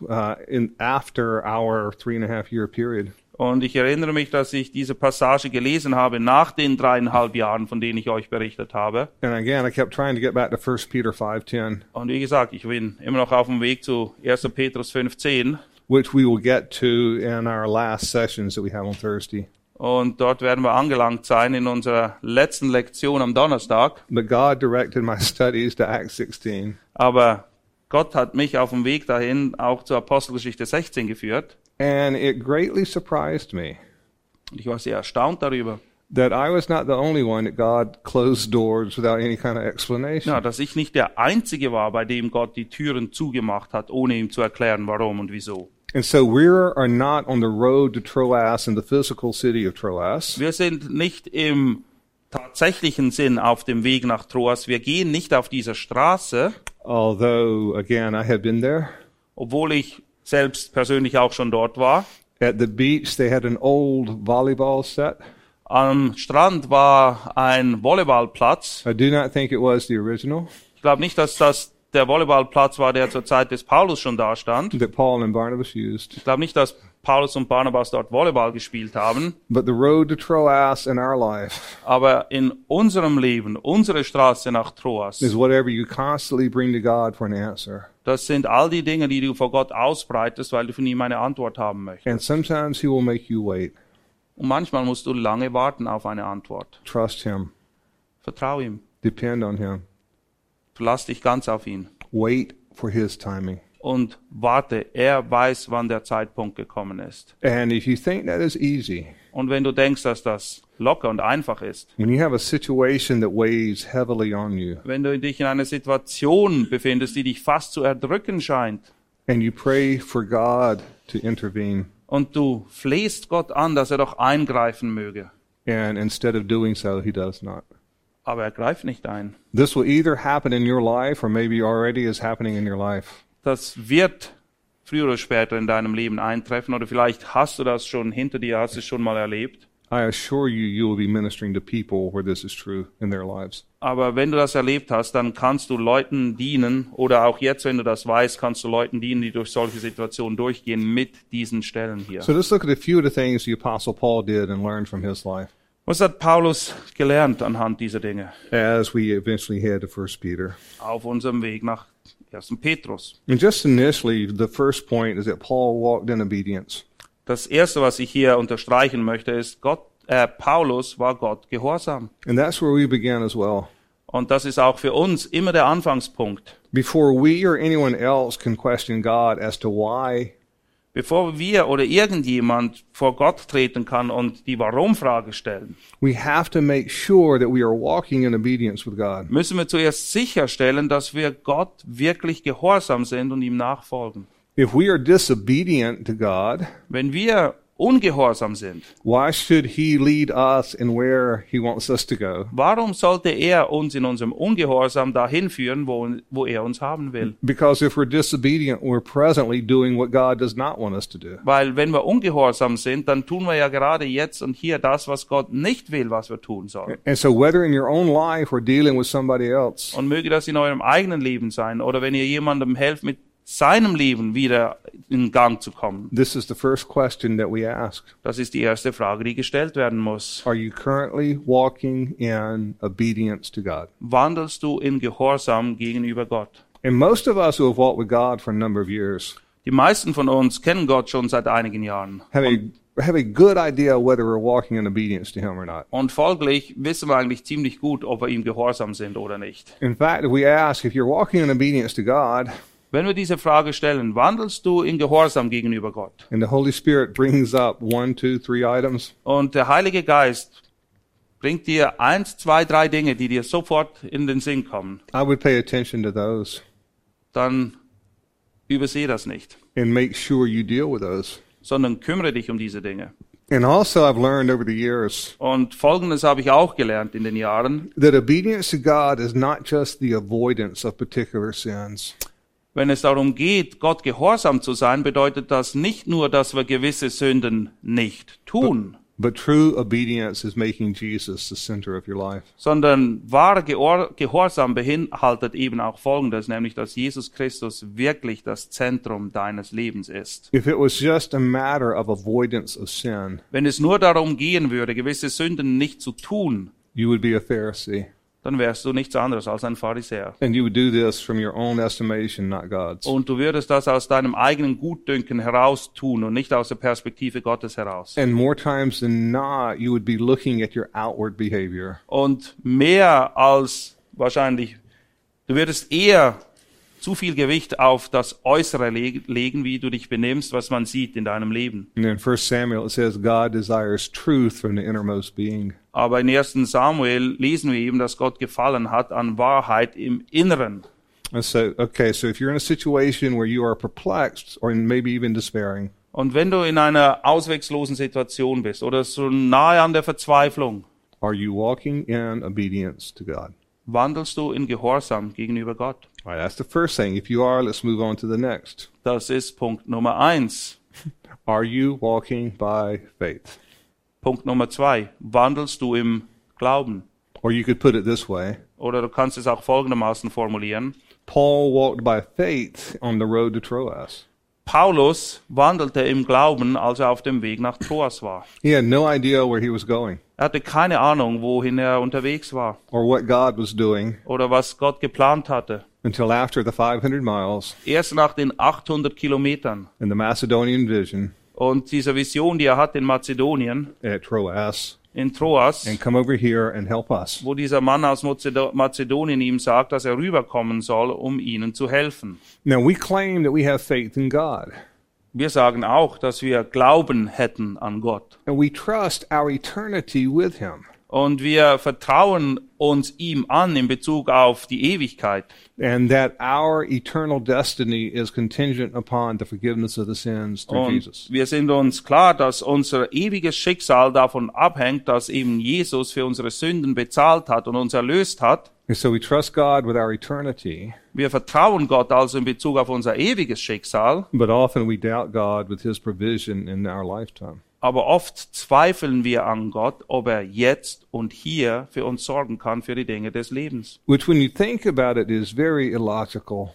after our 3.5-year period. Und ich erinnere mich, dass ich diese Passage gelesen habe nach den 3,5 Jahren, von denen ich euch berichtet habe. And again, I kept trying to get back to 1 Peter 5:10, Und wie gesagt, ich bin immer noch auf dem Weg zu 1. Petrus 5,10. which we will get to in our last sessions that we have on Thursday. Und dort werden wir angelangt sein in unserer letzten Lektion am Donnerstag. But God directed my studies to Acts 16. Aber Gott hat mich auf dem Weg dahin auch zur Apostelgeschichte 16 geführt. And it greatly surprised me Und ich war sehr erstaunt darüber, that I was not the only one that God closed doors without any kind of explanation. ja, dass ich nicht der Einzige war, bei dem Gott die Türen zugemacht hat, ohne ihm zu erklären, warum und wieso. And so we are not on the road to Troas in the physical city of Troas. Wir sind nicht im tatsächlichen Sinn auf dem Weg nach Troas. Wir gehen nicht auf dieser Straße, Although, again, I had been there. obwohl ich selbst persönlich auch schon dort war. At the beach, they had an old volleyball set. Am Strand war ein Volleyballplatz. I do not think it was the original Ich glaube nicht, dass das der Volleyballplatz war, der zur Zeit des Paulus schon da stand. that Paul and Barnabas used. Ich glaube nicht, dass Paulus und Barnabas dort Volleyball gespielt haben. But the road to Troas in our life Aber in unserem Leben, unsere Straße nach is Troas, whatever you constantly bring to God for an answer. das sind all die Dinge, die du vor Gott ausbreitest, weil du von ihm eine Antwort haben möchtest. And sometimes He will make you wait. Und manchmal musst du lange warten auf eine Antwort. Trust Him. Vertrau ihm. Depend on Him. Verlass dich ganz auf ihn. Wait for His timing. Und warte, er weiß, wann der Zeitpunkt gekommen ist. And if you think that is easy, Und wenn du denkst, dass das locker und einfach ist, when you have a situation that weighs heavily on you, wenn du dich in einer Situation befindest, die dich fast zu erdrücken scheint, and you pray for God to intervene, und du flehst Gott an, dass er doch eingreifen möge, and instead of doing so, He does not. aber er greift nicht ein. This will either happen in your life or maybe already is happening in your life. Das wird früher oder später in deinem Leben eintreffen, oder vielleicht hast du das schon hinter dir, hast es schon mal erlebt. I assure you, you will be ministering to people where this is true in their lives. Aber wenn du das erlebt hast, dann kannst du Leuten dienen, oder auch jetzt, wenn du das weißt, kannst du Leuten dienen, die durch solche Situationen durchgehen, mit diesen Stellen hier. So let's look at a few of the things the Apostle Paul did and learn from his life Was hat Paulus gelernt anhand dieser Dinge as we eventually head to 1 Peter. auf unserem Weg nach 1. Petrus? And just initially, the first point is that Paul walked in obedience. Das Erste, was ich hier unterstreichen möchte, ist, Paulus war Gott gehorsam. And that's where we began as well. Und das ist auch für uns immer der Anfangspunkt. Before we or anyone else can question God as to why, Bevor wir oder irgendjemand vor Gott treten kann und die Warum-Frage stellen, we have to make sure that we are walking in obedience with God. müssen wir zuerst sicherstellen, dass wir Gott wirklich gehorsam sind und ihm nachfolgen. If we are disobedient to God, Wenn wir ungehorsam sind, why should He lead us in where He wants us to go? warum sollte er uns in unserem Ungehorsam dahin führen, wo er uns haben will? Because if we're disobedient, we're presently doing what God does not want us to do. Weil wenn wir ungehorsam sind, dann tun wir ja gerade jetzt und hier das, was Gott nicht will, was wir tun sollen. And so whether in your own life or dealing with somebody else, Und möge das in eurem eigenen Leben sein, oder wenn ihr jemandem helft, mit seinem Leben wieder in Gang zu kommen. this is the first question that we ask. Das ist die erste Frage, die gestellt werden muss. Are you currently walking in obedience to God? Wandelst du in Gehorsam gegenüber Gott? And most of us who have walked with God for a number of years Die meisten von uns kennen Gott schon seit einigen Jahren. have a good idea whether we're walking in obedience to Him or not. Und folglich wissen wir eigentlich ziemlich gut, ob wir ihm gehorsam sind oder nicht. In fact, if we ask if you're walking in obedience to God, Wenn wir diese Frage stellen, wandelst du in Gehorsam gegenüber Gott? and the Holy Spirit brings up 1, 2, 3 items, Und der Heilige Geist bringt dir 1, 2, 3 Dinge, die dir sofort in den Sinn kommen, I would pay attention to those dann übersehe das nicht, and make sure you deal with those. sondern kümmere dich um diese Dinge. And also I've learned over the years Und Folgendes habe ich auch gelernt in den Jahren. that obedience to God is not just the avoidance of particular sins. Wenn es darum geht, Gott gehorsam zu sein, bedeutet das nicht nur, dass wir gewisse Sünden nicht tun, But true obedience is making Jesus the center of your life. sondern wahre Gehorsam beinhaltet eben auch Folgendes, nämlich dass Jesus Christus wirklich das Zentrum deines Lebens ist. If it was just a matter of avoidance of sin, Wenn es nur darum gehen würde, gewisse Sünden nicht zu tun, you would be a Pharisee. dann wärst du nichts anderes als ein Pharisäer. And you would do this from your own estimation, not God's. Und du würdest das aus deinem eigenen Gutdünken heraus tun und nicht aus der Perspektive Gottes heraus. And more times than not, you would be looking at your outward behavior. Und mehr als wahrscheinlich, du würdest eher zu viel Gewicht auf das Äußere legen, wie du dich benimmst, was man sieht in deinem Leben. And in 1 Samuel it says God desires truth from the innermost being. Aber in 1. Samuel lesen wir eben, dass Gott gefallen hat an Wahrheit im Inneren. And so, okay, so if you're in a situation where you are perplexed or maybe even despairing, Und wenn du in einer ausweglosen Situation bist oder so nahe an der Verzweiflung, are you walking in obedience to God? wandelst du in Gehorsam gegenüber Gott. All right, that's the first thing. If you are, let's move on to the next. Das ist Punkt Nummer 1. Are you walking by faith? Punkt Nummer 2. Wandelst du im Glauben? Or you could put it this way. Oder du kannst es auch folgendermaßen formulieren. Paul walked by faith on the road to Troas. Paulus wandelte im Glauben, als er auf dem Weg nach Troas war. He had no idea where he was going Er hatte keine Ahnung, wohin er unterwegs war or what God was doing oder was Gott geplant hatte. until after the 500 miles Erst nach den 800 Kilometern in the Macedonian vision und dieser Vision, die er hat in Mazedonien, at Troas, in Troas, and come over here and help us. wo dieser Mann aus Mazedonien ihm sagt, dass er rüberkommen soll, um ihnen zu helfen. Now, we claim that we have faith in God, Wir sagen auch, dass wir Glauben hätten an Gott. and we trust our eternity with Him. Und wir vertrauen uns ihm an in Bezug auf die Ewigkeit. And that our eternal destiny is contingent upon the forgiveness of the sins through Und Jesus. wir sind uns klar, dass unser ewiges Schicksal davon abhängt, dass eben Jesus für unsere Sünden bezahlt hat und uns erlöst hat. And so we trust God with our eternity, Wir vertrauen Gott also in Bezug auf unser ewiges Schicksal, but often we doubt God with His provision in our lifetime. aber oft zweifeln wir an Gott, ob er jetzt und hier für uns sorgen kann für die Dinge des Lebens. Which, when you think about it, is very illogical.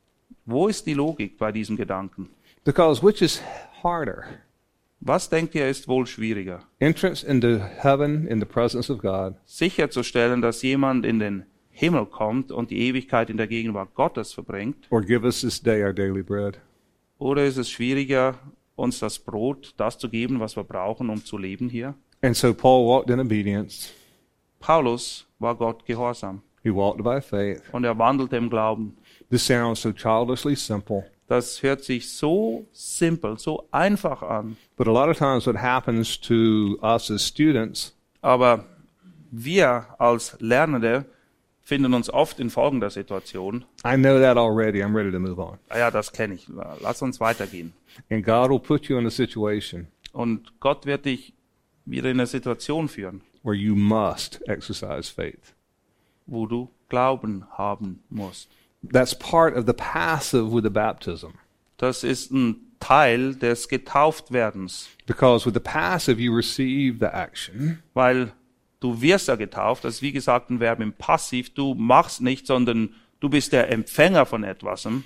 Wo ist die Logik bei diesem Gedanken? Because which is harder? Was denkt ihr ist wohl schwieriger? Entrance into heaven in the presence of God, Sicherzustellen, dass jemand in den Himmel kommt und die Ewigkeit in der Gegenwart Gottes verbringt? or give us this day our daily bread? Oder ist es schwieriger, uns das Brot, das zu geben, was wir brauchen, um zu leben hier? And so Paul walked in obedience. Paulus war Gott gehorsam He walked by faith. und er wandelte im Glauben. This sounds so childishly simple, Das hört sich so simpel, so einfach an. but a lot of times what happens to us as students Aber wir als Lernende finden uns oft in folgender Situation. I know that already. I'm ready to move on. Ja, das kenne ich. Lass uns weitergehen. And God will put you in a situation Und Gott wird dich wieder in eine Situation führen, where you must exercise faith. wo du Glauben haben musst. That's part of the passive with the baptism. Das ist ein Teil des Getauftwerdens, Because with the passive, you receive the action, weil du wirst ja getauft. Das ist wie gesagt ein Verb im Passiv. Du machst nicht, sondern du bist der Empfänger von etwas. And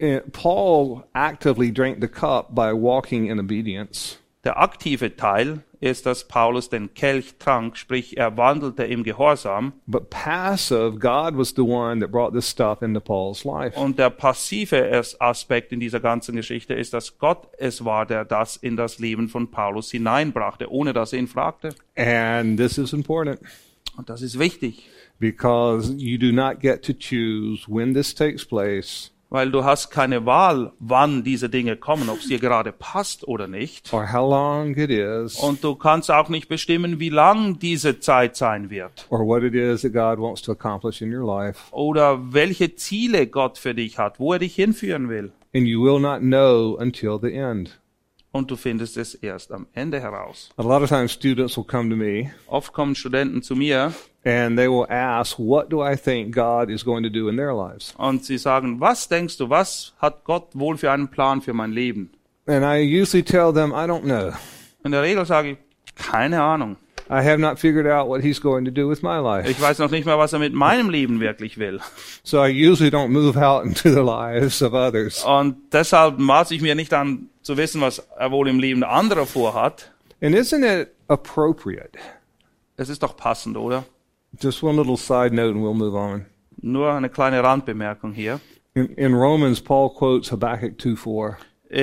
Paul actively drank the cup by walking in obedience. Der aktive Teil ist, dass Paulus den Kelch trank, sprich er wandelte im Gehorsam. But passive, God was the one that brought this stuff into Paul's life. Und der passive Aspekt in dieser ganzen Geschichte ist, dass Gott es war, der das in das Leben von Paulus hineinbrachte, ohne dass er ihn fragte. And this is important Und das ist wichtig, because you do not get to choose when this takes place weil du hast keine Wahl, wann diese Dinge kommen, ob es dir gerade passt oder nicht. or how long it is Und du kannst auch nicht bestimmen, wie lang diese Zeit sein wird or what it is that God wants to accomplish in your life. oder welche Ziele Gott für dich hat, wo er dich hinführen will. And you will not know until the end. Und du findest es erst am Ende heraus. A lot of times students will come to me Oft kommen Studenten zu mir and they will ask, what do I think God is going to do in their lives? und sie sagen, was denkst du, was hat Gott wohl für einen Plan für mein Leben? And I usually tell them, I don't know. In der Regel sage ich, keine Ahnung. I have not figured out what he's going to do with my life. Ich weiß noch nicht mal, was er mit meinem Leben wirklich will. So I usually don't move out into the lives of others. Und deshalb maße ich mir nicht an, zu wissen, was er wohl im Leben anderer vorhat. And isn't it appropriate? Es ist doch passend, oder? Just one little side note and we'll move on. Nur eine kleine Randbemerkung hier. In Romans, Paul quotes Habakkuk 2:4.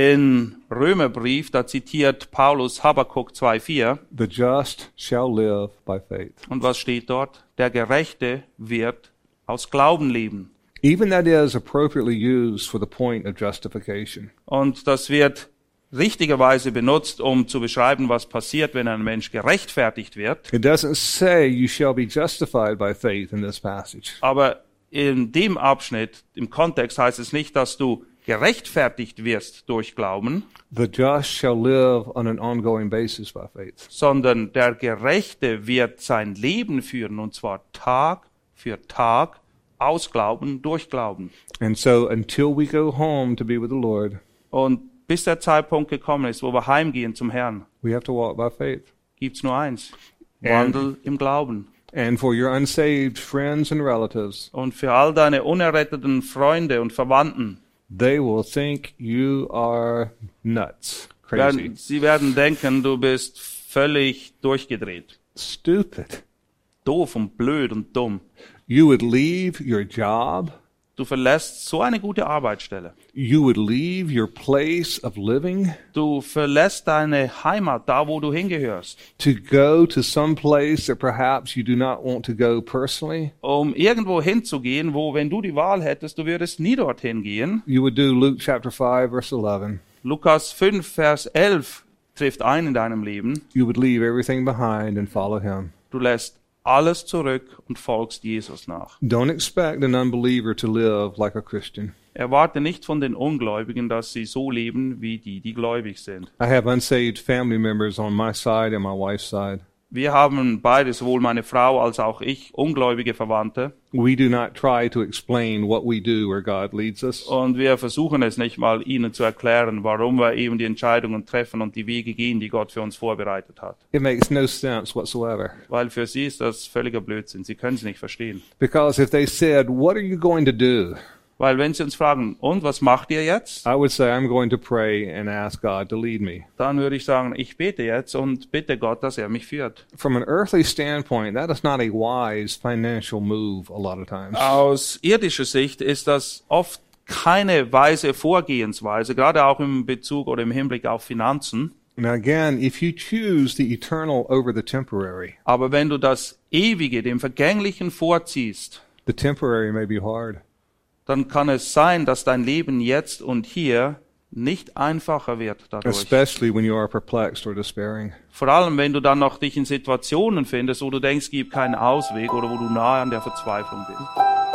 In Römerbrief, da zitiert Paulus Habakkuk 2,4. The just shall live by faith. Und was steht dort? Der Gerechte wird aus Glauben leben. Even that is appropriately used for the point of justification. Und das wird richtigerweise benutzt, um zu beschreiben, was passiert, wenn ein Mensch gerechtfertigt wird. It doesn't say you shall be justified by faith in this passage. Aber in dem Abschnitt, im Kontext heißt es nicht, dass du gerechtfertigt wirst durch Glauben, The just shall live on an ongoing basis by faith. sondern der Gerechte wird sein Leben führen, und zwar Tag für Tag, aus Glauben, durch Glauben. And so until we go home to be with the Lord, Und bis der Zeitpunkt gekommen ist, wo wir heimgehen zum Herrn, we have to walk by faith. gibt's nur eins: Wandel im Glauben. And for your unsaved friends and relatives, Und für all deine unerretteten Freunde und Verwandten, they will think you are nuts, crazy, sie werden denken, du bist völlig durchgedreht, stupid. doof und blöd und dumm. You would leave your job. Du verlässt so eine gute Arbeitsstelle. You would leave your place of living Du verlässt deine Heimat, da wo du hingehörst, to go to some place that perhaps you do not want to go personally. um irgendwo hinzugehen, wo, wenn du die Wahl hättest, du würdest nie dorthin gehen. You would do Luke chapter 5, verse 11. Lukas 5, Vers 11 trifft ein in deinem Leben. You would leave everything behind and follow him. Du lässt alles zurück und folgst Jesus nach. Don't expect an unbeliever to live like a Christian. Erwarte nicht von den Ungläubigen, dass sie so leben wie die, die gläubig sind. I have unsaved family members on my side and my wife's side. Wir haben beide, sowohl meine Frau als auch ich, ungläubige Verwandte. We do not try to explain what we do where God leads us. Und wir versuchen es nicht mal, ihnen zu erklären, warum wir eben die Entscheidungen treffen und die Wege gehen, die Gott für uns vorbereitet hat. It makes no sense whatsoever. Weil für sie ist das völliger Blödsinn. Sie können es nicht verstehen. Because if they said, what are you going to do? Weil wenn sie uns fragen, und was macht ihr jetzt? I would say, I'm going to pray and ask God to lead me. Dann würde ich sagen, ich bete jetzt und bitte Gott, dass er mich führt. From an earthly standpoint, that is not a wise financial move a lot of times. Aus irdischer Sicht ist das oft keine weise Vorgehensweise, gerade auch im Bezug oder im Hinblick auf Finanzen. Now again, if you choose the eternal over the temporary, Aber wenn du das Ewige, dem Vergänglichen vorziehst, the temporary may be hard. dann kann es sein, dass dein Leben jetzt und hier nicht einfacher wird dadurch. Especially when you are perplexed or despairing. Vor allem, wenn du dann noch dich in Situationen findest, wo du denkst, es gibt keinen Ausweg oder wo du nahe an der Verzweiflung bist.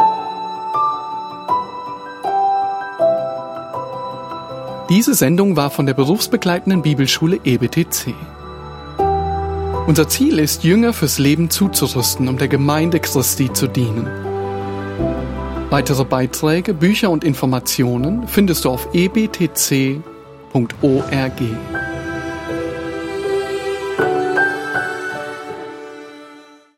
Diese Sendung war von der berufsbegleitenden Bibelschule EBTC. Unser Ziel ist, Jünger fürs Leben zuzurüsten, um der Gemeinde Christi zu dienen. Weitere Beiträge, Bücher und Informationen findest du auf ebtc.org.